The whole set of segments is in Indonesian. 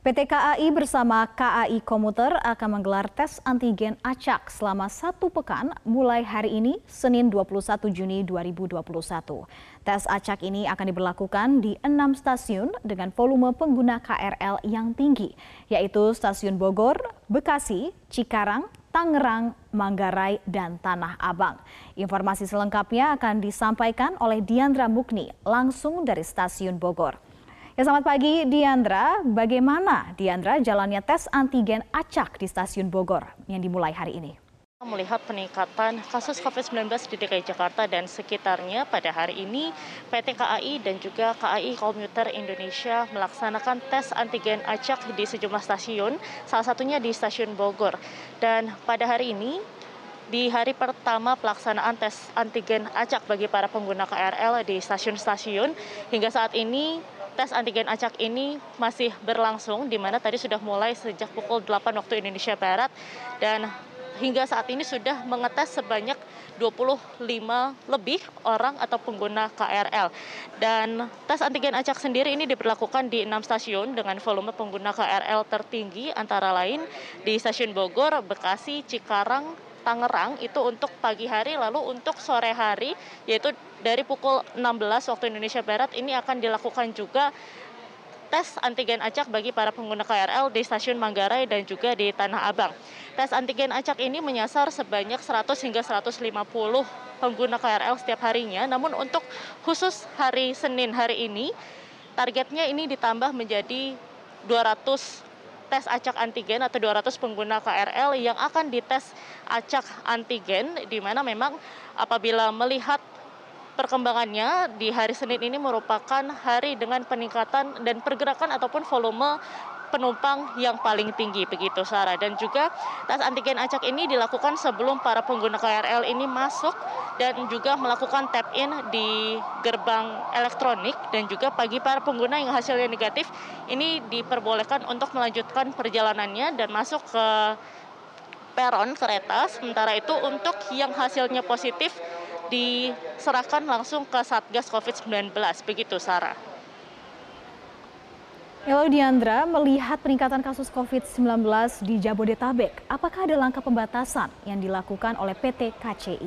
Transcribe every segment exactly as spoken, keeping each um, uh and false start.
P T K A I bersama K A I Komuter akan menggelar tes antigen acak selama satu pekan mulai hari ini, Senin dua puluh satu Juni dua ribu dua puluh satu. Tes acak ini akan diberlakukan di enam stasiun dengan volume pengguna K R L yang tinggi, yaitu Stasiun Bogor, Bekasi, Cikarang, Tangerang, Manggarai, dan Tanah Abang. Informasi selengkapnya akan disampaikan oleh Diandra Mukni langsung dari Stasiun Bogor. Ya, selamat pagi Diandra. Bagaimana Diandra jalannya tes antigen acak di Stasiun Bogor yang dimulai hari ini? Melihat peningkatan kasus COVID sembilan belas di D K I Jakarta dan sekitarnya, pada hari ini P T K A I dan juga K A I Komuter Indonesia melaksanakan tes antigen acak di sejumlah stasiun, salah satunya di Stasiun Bogor. Dan pada hari ini, di hari pertama pelaksanaan tes antigen acak bagi para pengguna K R L di stasiun-stasiun, hingga saat ini tes antigen acak ini masih berlangsung, di mana tadi sudah mulai sejak pukul delapan waktu Indonesia Barat, dan hingga saat ini sudah mengetes sebanyak dua puluh lima lebih orang atau pengguna K R L. Dan tes antigen acak sendiri ini diberlakukan di enam stasiun dengan volume pengguna K R L tertinggi, antara lain di Stasiun Bogor, Bekasi, Cikarang, Tangerang itu untuk pagi hari, lalu untuk sore hari yaitu dari pukul enam belas waktu Indonesia Barat ini akan dilakukan juga tes antigen acak bagi para pengguna K R L di Stasiun Manggarai dan juga di Tanah Abang. Tes antigen acak ini menyasar sebanyak seratus hingga seratus lima puluh pengguna K R L setiap harinya, namun untuk khusus hari Senin hari ini targetnya ini ditambah menjadi dua ratus tes acak antigen atau dua ratus pengguna K R L yang akan dites acak antigen, di mana memang apabila melihat perkembangannya di hari Senin ini merupakan hari dengan peningkatan dan pergerakan ataupun volume penumpang yang paling tinggi, begitu Sarah. Dan juga tes antigen acak ini dilakukan sebelum para pengguna K R L ini masuk dan juga melakukan tap in di gerbang elektronik, dan juga bagi para pengguna yang hasilnya negatif ini diperbolehkan untuk melanjutkan perjalanannya dan masuk ke peron kereta. Sementara itu untuk yang hasilnya positif diserahkan langsung ke Satgas COVID sembilan belas, begitu Sarah. Lalu Diandra, melihat peningkatan kasus COVID sembilan belas di Jabodetabek, apakah ada langkah pembatasan yang dilakukan oleh P T K C I?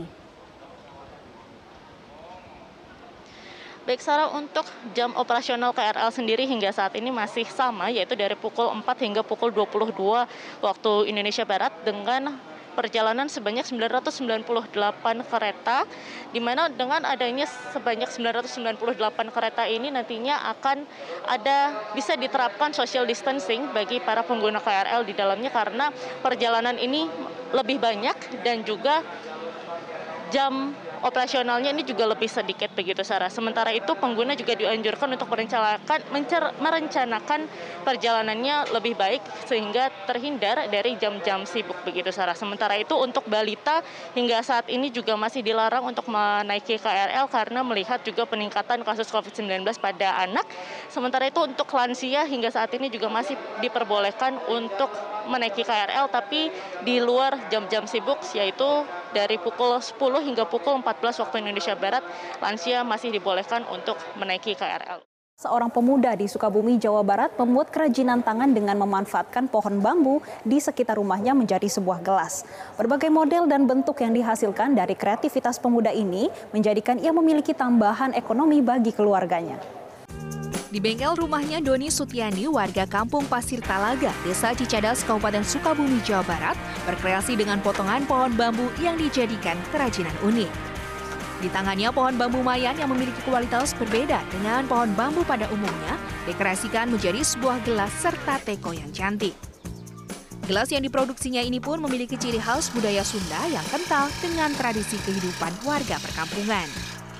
Baik Sarah, untuk jam operasional K R L sendiri hingga saat ini masih sama, yaitu dari pukul empat hingga pukul dua puluh dua waktu Indonesia Barat, dengan perjalanan sebanyak sembilan ratus sembilan puluh delapan kereta, di mana dengan adanya sebanyak sembilan ratus sembilan puluh delapan kereta ini nantinya akan ada bisa diterapkan social distancing bagi para pengguna K R L di dalamnya, karena perjalanan ini lebih banyak dan juga jam operasionalnya ini juga lebih sedikit, begitu Sarah. Sementara itu pengguna juga dianjurkan untuk merencanakan mencer, merencanakan perjalanannya lebih baik sehingga terhindar dari jam-jam sibuk, begitu Sarah. Sementara itu untuk balita hingga saat ini juga masih dilarang untuk menaiki K R L karena melihat juga peningkatan kasus COVID sembilan belas pada anak. Sementara itu untuk lansia hingga saat ini juga masih diperbolehkan untuk menaiki K R L, tapi di luar jam-jam sibuk, yaitu dari pukul sepuluh hingga pukul empat belas waktu Indonesia Barat, lansia masih dibolehkan untuk menaiki K R L. Seorang pemuda di Sukabumi, Jawa Barat membuat kerajinan tangan dengan memanfaatkan pohon bambu di sekitar rumahnya menjadi sebuah gelas. Berbagai model dan bentuk yang dihasilkan dari kreativitas pemuda ini menjadikan ia memiliki tambahan ekonomi bagi keluarganya. Di bengkel rumahnya, Doni Sutiani, warga kampung Pasir Talaga, Desa Cicadas, Kabupaten Sukabumi, Jawa Barat, berkreasi dengan potongan pohon bambu yang dijadikan kerajinan unik. Di tangannya, pohon bambu mayan yang memiliki kualitas berbeda dengan pohon bambu pada umumnya, dikreasikan menjadi sebuah gelas serta teko yang cantik. Gelas yang diproduksinya ini pun memiliki ciri khas budaya Sunda yang kental dengan tradisi kehidupan warga perkampungan.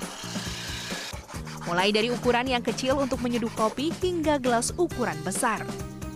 Mulai dari ukuran yang kecil untuk menyeduh kopi hingga gelas ukuran besar.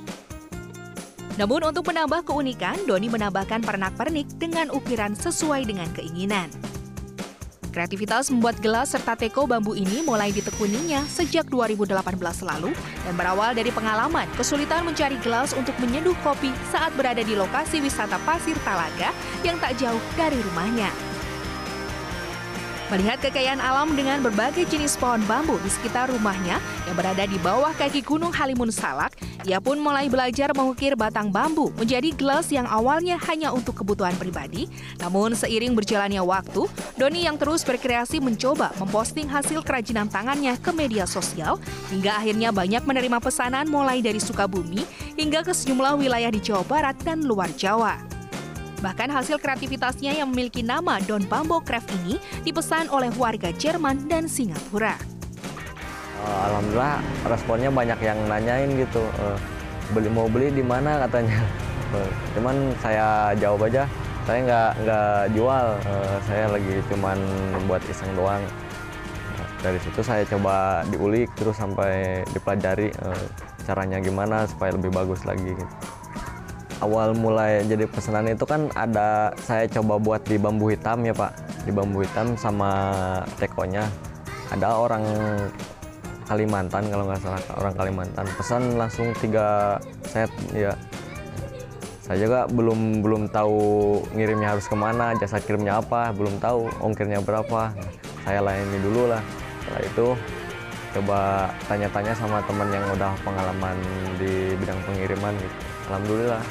Namun untuk menambah keunikan, Doni menambahkan pernak-pernik dengan ukiran sesuai dengan keinginan. Kreativitas membuat gelas serta teko bambu ini mulai ditekuninya sejak dua ribu delapan belas lalu dan berawal dari pengalaman kesulitan mencari gelas untuk menyeduh kopi saat berada di lokasi wisata Pasir Talaga yang tak jauh dari rumahnya. Melihat kekayaan alam dengan berbagai jenis pohon bambu di sekitar rumahnya yang berada di bawah kaki Gunung Halimun Salak, ia pun mulai belajar mengukir batang bambu menjadi gelas yang awalnya hanya untuk kebutuhan pribadi. Namun seiring berjalannya waktu, Doni yang terus berkreasi mencoba memposting hasil kerajinan tangannya ke media sosial hingga akhirnya banyak menerima pesanan mulai dari Sukabumi hingga ke sejumlah wilayah di Jawa Barat dan luar Jawa. Bahkan hasil kreativitasnya yang memiliki nama Don Bambo Craft ini dipesan oleh warga Jerman dan Singapura. Alhamdulillah responnya banyak yang nanyain gitu, beli mau beli di mana katanya. Cuman saya jawab aja, saya nggak nggak jual, saya lagi cuman buat iseng doang. Dari situ saya coba diulik terus sampai dipelajari caranya gimana supaya lebih bagus lagi. Gitu. Awal mulai jadi pesanan itu kan ada saya coba buat di bambu hitam ya Pak, di bambu hitam sama tekonya. Ada orang Kalimantan kalau nggak salah, orang Kalimantan pesan langsung tiga set ya. Saya juga belum belum tahu ngirimnya harus kemana, jasa kirimnya apa, belum tahu ongkirnya berapa. Nah, saya layani dulu lah. Setelah itu coba tanya-tanya sama teman yang udah pengalaman di bidang pengiriman gitu. Alhamdulillah.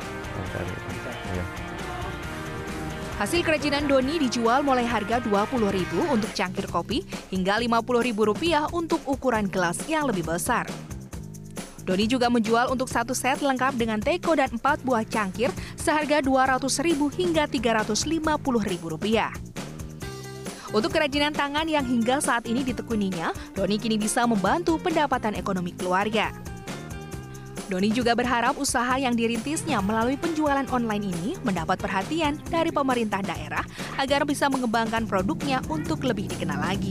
Ya. Hasil kerajinan Doni dijual mulai harga dua puluh ribu rupiah untuk cangkir kopi hingga lima puluh ribu rupiah untuk ukuran gelas yang lebih besar. Doni juga menjual untuk satu set lengkap dengan teko dan empat buah cangkir seharga dua ratus ribu rupiah hingga tiga ratus lima puluh ribu rupiah. Untuk kerajinan tangan yang hingga saat ini ditekuninya, Doni kini bisa membantu pendapatan ekonomi keluarga. Doni juga berharap usaha yang dirintisnya melalui penjualan online ini mendapat perhatian dari pemerintah daerah agar bisa mengembangkan produknya untuk lebih dikenal lagi.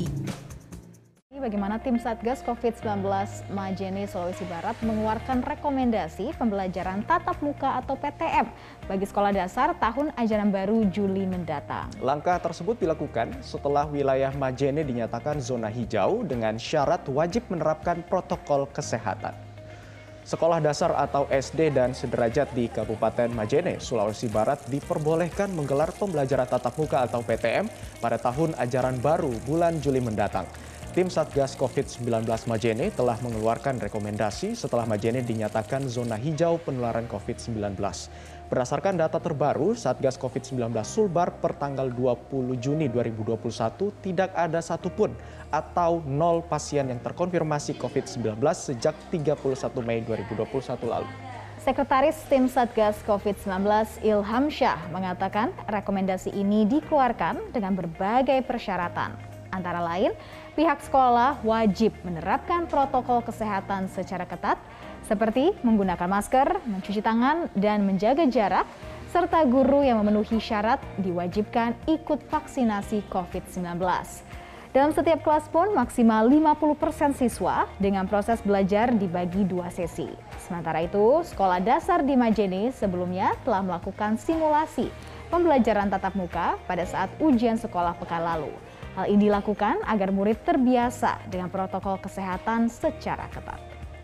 Bagaimana tim Satgas COVID sembilan belas Majene Sulawesi Barat mengeluarkan rekomendasi pembelajaran tatap muka atau P T M bagi sekolah dasar tahun ajaran baru Juli mendatang. Langkah tersebut dilakukan setelah wilayah Majene dinyatakan zona hijau dengan syarat wajib menerapkan protokol kesehatan. Sekolah dasar atau S D dan sederajat di Kabupaten Majene, Sulawesi Barat diperbolehkan menggelar pembelajaran tatap muka atau P T M pada tahun ajaran baru bulan Juli mendatang. Tim Satgas COVID sembilan belas Majene telah mengeluarkan rekomendasi setelah Majene dinyatakan zona hijau penularan COVID sembilan belas. Berdasarkan data terbaru, Satgas COVID sembilan belas Sulbar per tanggal dua puluh Juni dua ribu dua puluh satu tidak ada satupun atau nol pasien yang terkonfirmasi COVID sembilan belas sejak tiga puluh satu Mei dua ribu dua puluh satu lalu. Sekretaris Tim Satgas COVID sembilan belas Ilham Syah mengatakan rekomendasi ini dikeluarkan dengan berbagai persyaratan. Antara lain, pihak sekolah wajib menerapkan protokol kesehatan secara ketat, seperti menggunakan masker, mencuci tangan, dan menjaga jarak, serta guru yang memenuhi syarat diwajibkan ikut vaksinasi COVID sembilan belas. Dalam setiap kelas pun maksimal lima puluh persen siswa dengan proses belajar dibagi dua sesi. Sementara itu, sekolah dasar di Majene sebelumnya telah melakukan simulasi pembelajaran tatap muka pada saat ujian sekolah pekan lalu. Hal ini dilakukan agar murid terbiasa dengan protokol kesehatan secara ketat.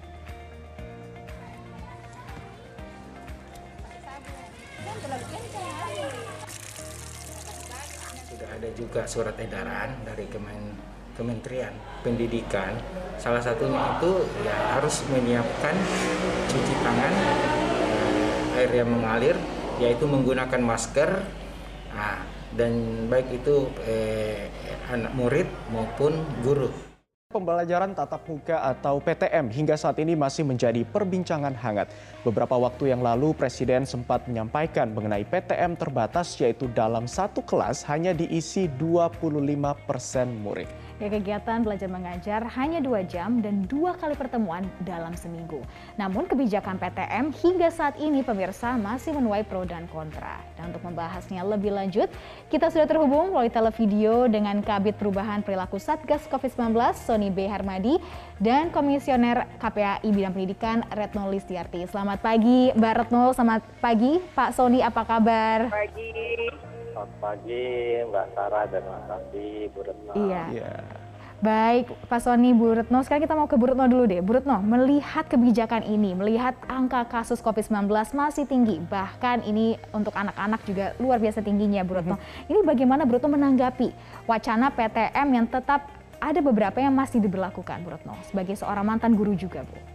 Sudah ada juga surat edaran dari Kemen, Kementerian Pendidikan. Salah satunya itu ya harus menyiapkan cuci tangan, air yang mengalir, yaitu menggunakan masker. Nah, dan baik itu eh, anak murid maupun guru. Pembelajaran tatap muka atau P T M hingga saat ini masih menjadi perbincangan hangat. Beberapa waktu yang lalu Presiden sempat menyampaikan mengenai P T M terbatas, yaitu dalam satu kelas hanya diisi dua puluh lima persen murid. Ya, kegiatan belajar mengajar hanya dua jam dan dua kali pertemuan dalam seminggu. Namun kebijakan P T M hingga saat ini pemirsa masih menuai pro dan kontra. Dan untuk membahasnya lebih lanjut, kita sudah terhubung melalui televideo dengan Kabid Perubahan Perilaku Satgas COVID sembilan belas, Sony B. Harmadi, dan Komisioner K P A I Bidang Pendidikan, Retno Listiarti. Selamat pagi, Mbak Retno. Selamat pagi, Pak Sony. Apa kabar? Pagi. Selamat pagi, Mbak Sarah dan Mas Andi, Bu Retno. Iya. Ya. Baik, Pak Sony, Bu Retno. Sekarang kita mau ke Bu Retno dulu deh. Bu Retno, melihat kebijakan ini, melihat angka kasus covid sembilan belas masih tinggi, bahkan ini untuk anak-anak juga luar biasa tingginya, Bu Retno. Ini bagaimana Bu Retno menanggapi wacana P T M yang tetap ada beberapa yang masih diberlakukan, Bu Retno, sebagai seorang mantan guru juga, Bu?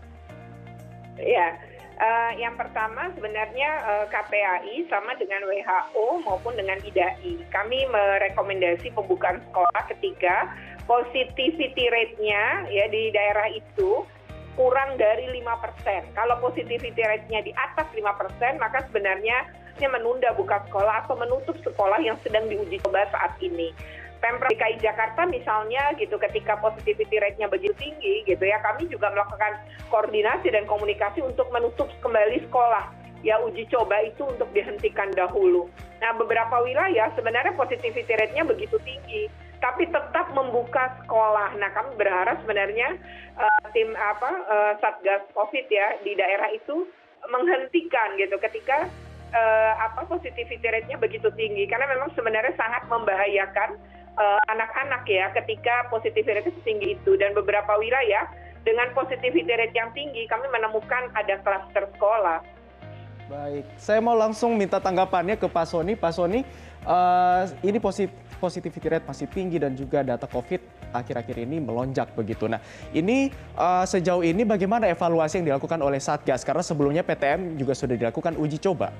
Ya, uh, yang pertama sebenarnya uh, K P A I sama dengan W H O maupun dengan I D A I. Kami merekomendasi pembukaan sekolah ketika positivity rate-nya ya di daerah itu kurang dari lima persen. Kalau positivity rate-nya di atas lima persen, maka sebenarnya menunda buka sekolah atau menutup sekolah yang sedang diuji coba saat ini. Pemprov D K I Jakarta misalnya gitu, ketika positivity rate-nya begitu tinggi gitu ya, kami juga melakukan koordinasi dan komunikasi untuk menutup kembali sekolah. Ya, uji coba itu untuk dihentikan dahulu. Nah, beberapa wilayah sebenarnya positivity rate-nya begitu tinggi, tapi tetap membuka sekolah. Nah, kami berharap sebenarnya uh, tim apa uh, Satgas Covid ya di daerah itu menghentikan gitu ketika uh, apa positivity rate-nya begitu tinggi, karena memang sebenarnya sangat membahayakan uh, anak-anak ya ketika positivity rate setinggi itu. Dan beberapa wilayah dengan positivity rate yang tinggi kami menemukan ada klaster sekolah. Baik, saya mau langsung minta tanggapannya ke Pak Sony. Pak Sony, uh, ini positif positivity rate masih tinggi dan juga data COVID akhir-akhir ini melonjak begitu. Nah, ini uh, sejauh ini bagaimana evaluasi yang dilakukan oleh Satgas? Karena sebelumnya P T M juga sudah dilakukan uji coba.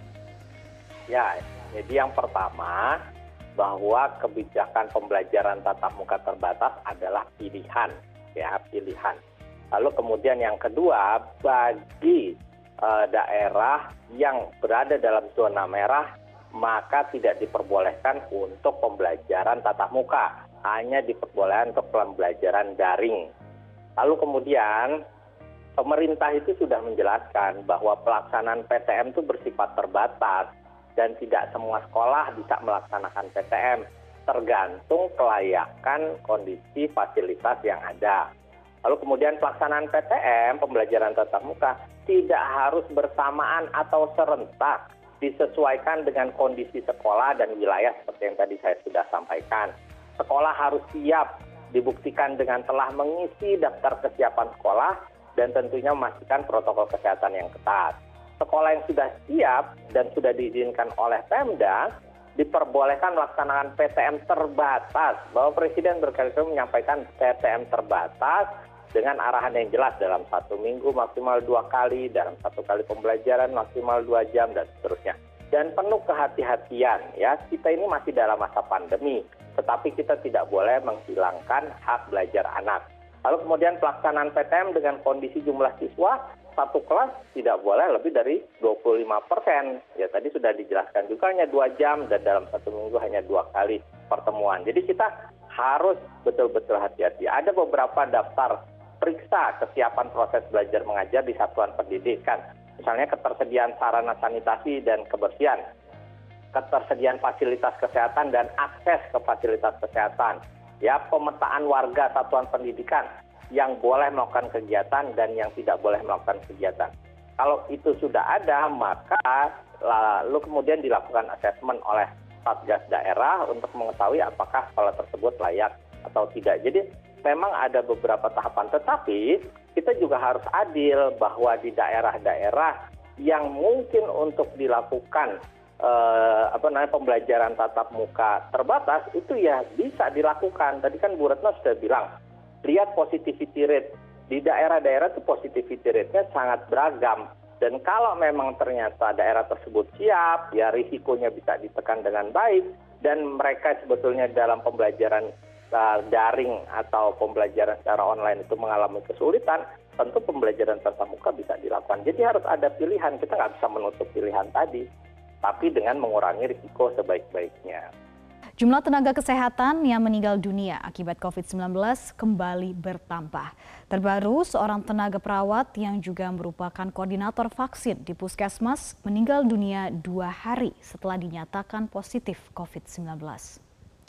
Ya, jadi yang pertama bahwa kebijakan pembelajaran tatap muka terbatas adalah pilihan, ya pilihan. Lalu kemudian yang kedua, bagi uh, daerah yang berada dalam zona merah, maka tidak diperbolehkan untuk pembelajaran tatap muka, hanya diperbolehkan untuk pembelajaran daring. Lalu kemudian pemerintah itu sudah menjelaskan bahwa pelaksanaan P T M itu bersifat terbatas dan tidak semua sekolah bisa melaksanakan P T M, tergantung kelayakan kondisi fasilitas yang ada. Lalu kemudian pelaksanaan P T M, pembelajaran tatap muka, tidak harus bersamaan atau serentak, disesuaikan dengan kondisi sekolah dan wilayah seperti yang tadi saya sudah sampaikan. Sekolah harus siap, dibuktikan dengan telah mengisi daftar kesiapan sekolah dan tentunya memastikan protokol kesehatan yang ketat. Sekolah yang sudah siap dan sudah diizinkan oleh Pemda diperbolehkan melaksanakan P T M terbatas. Bahwa Presiden berkali-kali menyampaikan P T M terbatas dengan arahan yang jelas dalam satu minggu maksimal dua kali, dalam satu kali pembelajaran maksimal dua jam, dan seterusnya. Dan penuh kehati-hatian, ya, kita ini masih dalam masa pandemi, tetapi kita tidak boleh menghilangkan hak belajar anak. Lalu kemudian pelaksanaan P T M dengan kondisi jumlah siswa, satu kelas tidak boleh lebih dari dua puluh lima persen. Ya, tadi sudah dijelaskan juga hanya dua jam dan dalam satu minggu hanya dua kali pertemuan. Jadi kita harus betul-betul hati-hati. Ada beberapa daftar periksa kesiapan proses belajar mengajar di satuan pendidikan. Misalnya ketersediaan sarana sanitasi dan kebersihan, ketersediaan fasilitas kesehatan dan akses ke fasilitas kesehatan, ya, pemetaan warga satuan pendidikan yang boleh melakukan kegiatan dan yang tidak boleh melakukan kegiatan. Kalau itu sudah ada, maka lalu kemudian dilakukan asesmen oleh Satgas daerah untuk mengetahui apakah sekolah tersebut layak atau tidak. Jadi memang ada beberapa tahapan, tetapi kita juga harus adil bahwa di daerah-daerah yang mungkin untuk dilakukan eh, apa namanya pembelajaran tatap muka terbatas itu ya bisa dilakukan. Tadi kan Bu Retno sudah bilang, lihat positivity rate di daerah-daerah itu positivity rate-nya sangat beragam. Dan kalau memang ternyata daerah tersebut siap, ya risikonya bisa ditekan dengan baik, dan mereka sebetulnya dalam pembelajaran uh, daring atau pembelajaran secara online itu mengalami kesulitan, tentu pembelajaran tatap muka bisa dilakukan. Jadi harus ada pilihan, kita nggak bisa menutup pilihan tadi, tapi dengan mengurangi risiko sebaik-baiknya. Jumlah tenaga kesehatan yang meninggal dunia akibat covid sembilan belas kembali bertambah. Terbaru, seorang tenaga perawat yang juga merupakan koordinator vaksin di Puskesmas meninggal dunia dua hari setelah dinyatakan positif covid sembilan belas.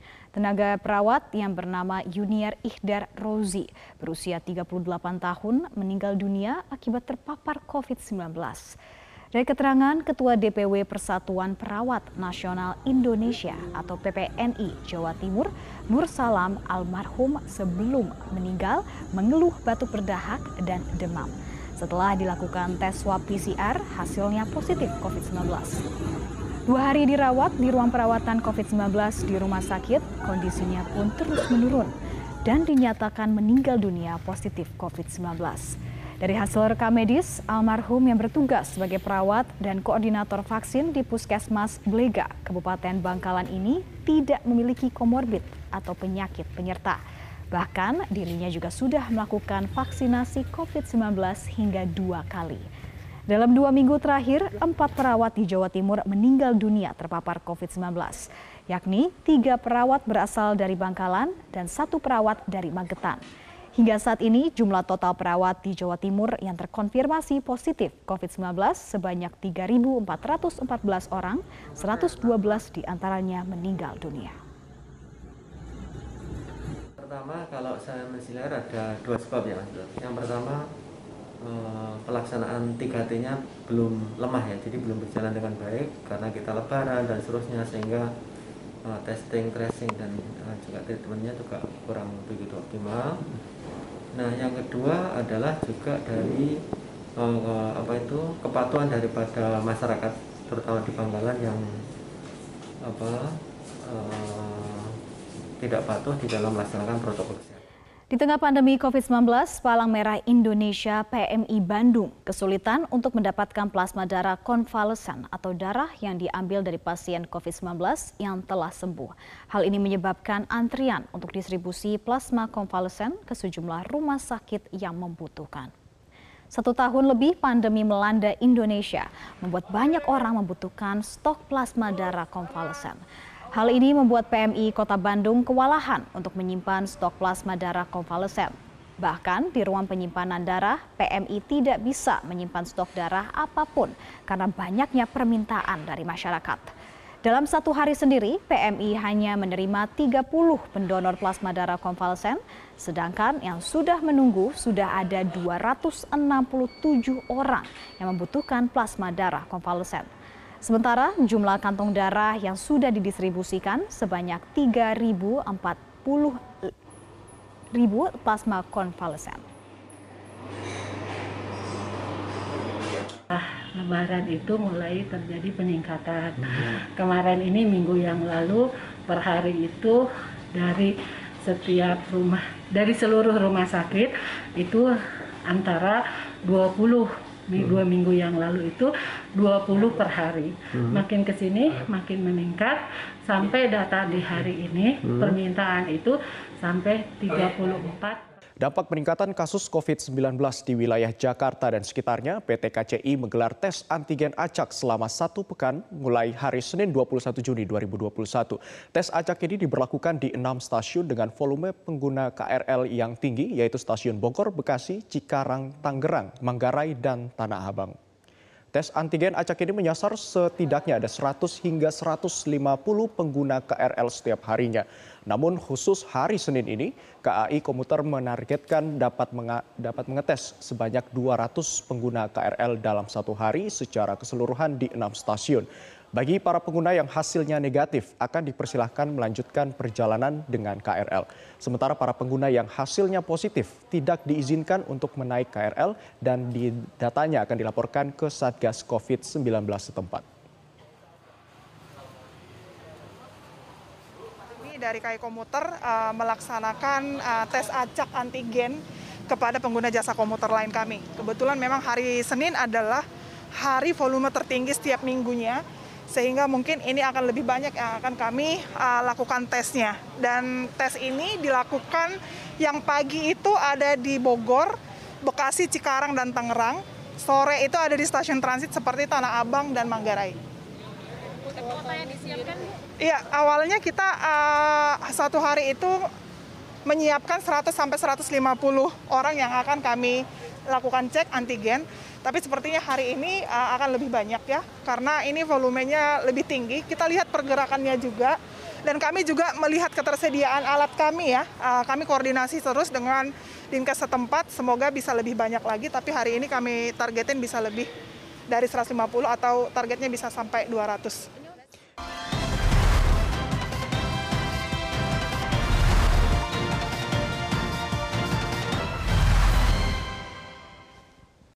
Tenaga perawat yang bernama Yuniar Ihdar Rozi berusia tiga puluh delapan tahun meninggal dunia akibat terpapar covid sembilan belas. Dari keterangan Ketua D P W Persatuan Perawat Nasional Indonesia atau P P N I Jawa Timur, Nur Salam, almarhum sebelum meninggal mengeluh batuk berdahak dan demam. Setelah dilakukan tes swab P C R, hasilnya positif covid sembilan belas. Dua hari dirawat di ruang perawatan covid sembilan belas di rumah sakit, kondisinya pun terus menurun dan dinyatakan meninggal dunia positif covid sembilan belas. Dari hasil rekam medis, almarhum yang bertugas sebagai perawat dan koordinator vaksin di Puskesmas Blega, Kabupaten Bangkalan ini tidak memiliki komorbid atau penyakit penyerta. Bahkan dirinya juga sudah melakukan vaksinasi covid sembilan belas hingga dua kali. Dalam dua minggu terakhir, empat perawat di Jawa Timur meninggal dunia terpapar covid sembilan belas, yakni tiga perawat berasal dari Bangkalan dan satu perawat dari Magetan. Hingga saat ini, jumlah total perawat di Jawa Timur yang terkonfirmasi positif covid sembilan belas sebanyak tiga ribu empat ratus empat belas orang, seratus dua belas diantaranya meninggal dunia. Pertama, kalau saya mensiler ada dua sebab ya, Mas. Yang pertama, eh, pelaksanaan tiga T-nya belum lemah ya, jadi belum berjalan dengan baik karena kita lebaran dan seterusnya, sehingga eh, testing, tracing, dan eh, juga treatmentnya juga kurang begitu optimal. Nah, yang kedua adalah juga dari eh, apa itu kepatuhan daripada masyarakat, terutama di Bangkalan yang apa eh, tidak patuh di dalam melaksanakan protokol kesehatan. Di tengah pandemi covid sembilan belas, Palang Merah Indonesia P M I Bandung kesulitan untuk mendapatkan plasma darah konvalesen atau darah yang diambil dari pasien covid sembilan belas yang telah sembuh. Hal ini menyebabkan antrian untuk distribusi plasma konvalesen ke sejumlah rumah sakit yang membutuhkan. Satu tahun lebih pandemi melanda Indonesia, membuat banyak orang membutuhkan stok plasma darah konvalesen. Hal ini membuat P M I Kota Bandung kewalahan untuk menyimpan stok plasma darah konvalesen. Bahkan di ruang penyimpanan darah, P M I tidak bisa menyimpan stok darah apapun karena banyaknya permintaan dari masyarakat. Dalam satu hari sendiri, P M I hanya menerima tiga puluh pendonor plasma darah konvalesen, sedangkan yang sudah menunggu sudah ada dua ratus enam puluh tujuh orang yang membutuhkan plasma darah konvalesen. Sementara jumlah kantong darah yang sudah didistribusikan sebanyak tiga ribu empat puluh ribu plasma konvalesen. Lebaran itu mulai terjadi peningkatan. Kemarin ini minggu yang lalu per hari itu dari setiap rumah, dari seluruh rumah sakit itu antara dua puluh. Dua minggu yang lalu itu dua puluh per hari. Makin ke sini makin meningkat sampai data di hari ini permintaan itu sampai tiga puluh empat. Dampak peningkatan kasus covid sembilan belas di wilayah Jakarta dan sekitarnya, P T K C I menggelar tes antigen acak selama satu pekan mulai hari Senin dua puluh satu Juni dua ribu dua puluh satu. Tes acak ini diberlakukan di enam stasiun dengan volume pengguna K R L yang tinggi, yaitu stasiun Bogor, Bekasi, Cikarang, Tangerang, Manggarai, dan Tanah Abang. Tes antigen acak ini menyasar setidaknya ada seratus hingga seratus lima puluh pengguna K R L setiap harinya. Namun khusus hari Senin ini, K A I Komuter menargetkan dapat, menga dapat mengetes sebanyak dua ratus pengguna K R L dalam satu hari secara keseluruhan di enam stasiun. Bagi para pengguna yang hasilnya negatif akan dipersilahkan melanjutkan perjalanan dengan K R L. Sementara para pengguna yang hasilnya positif tidak diizinkan untuk menaik K R L dan di datanya akan dilaporkan ke Satgas covid sembilan belas setempat. Ini dari K A I Komuter uh, melaksanakan uh, tes acak antigen kepada pengguna jasa komuter lain kami. Kebetulan memang hari Senin adalah hari volume tertinggi setiap minggunya, sehingga mungkin ini akan lebih banyak yang akan kami uh, lakukan tesnya. Dan tes ini dilakukan yang pagi itu ada di Bogor, Bekasi, Cikarang, dan Tangerang. Sore itu ada di stasiun transit seperti Tanah Abang dan Manggarai. Kuota yang disiapkan? Iya, awalnya kita uh, satu hari itu menyiapkan seratus sampai seratus lima puluh orang yang akan kami lakukan cek antigen. Tapi sepertinya hari ini uh, akan lebih banyak ya, karena ini volumenya lebih tinggi. Kita lihat pergerakannya juga, dan kami juga melihat ketersediaan alat kami ya. Uh, kami koordinasi terus dengan Dinkes setempat, semoga bisa lebih banyak lagi. Tapi hari ini kami targetin bisa lebih dari seratus lima puluh atau targetnya bisa sampai dua ratus.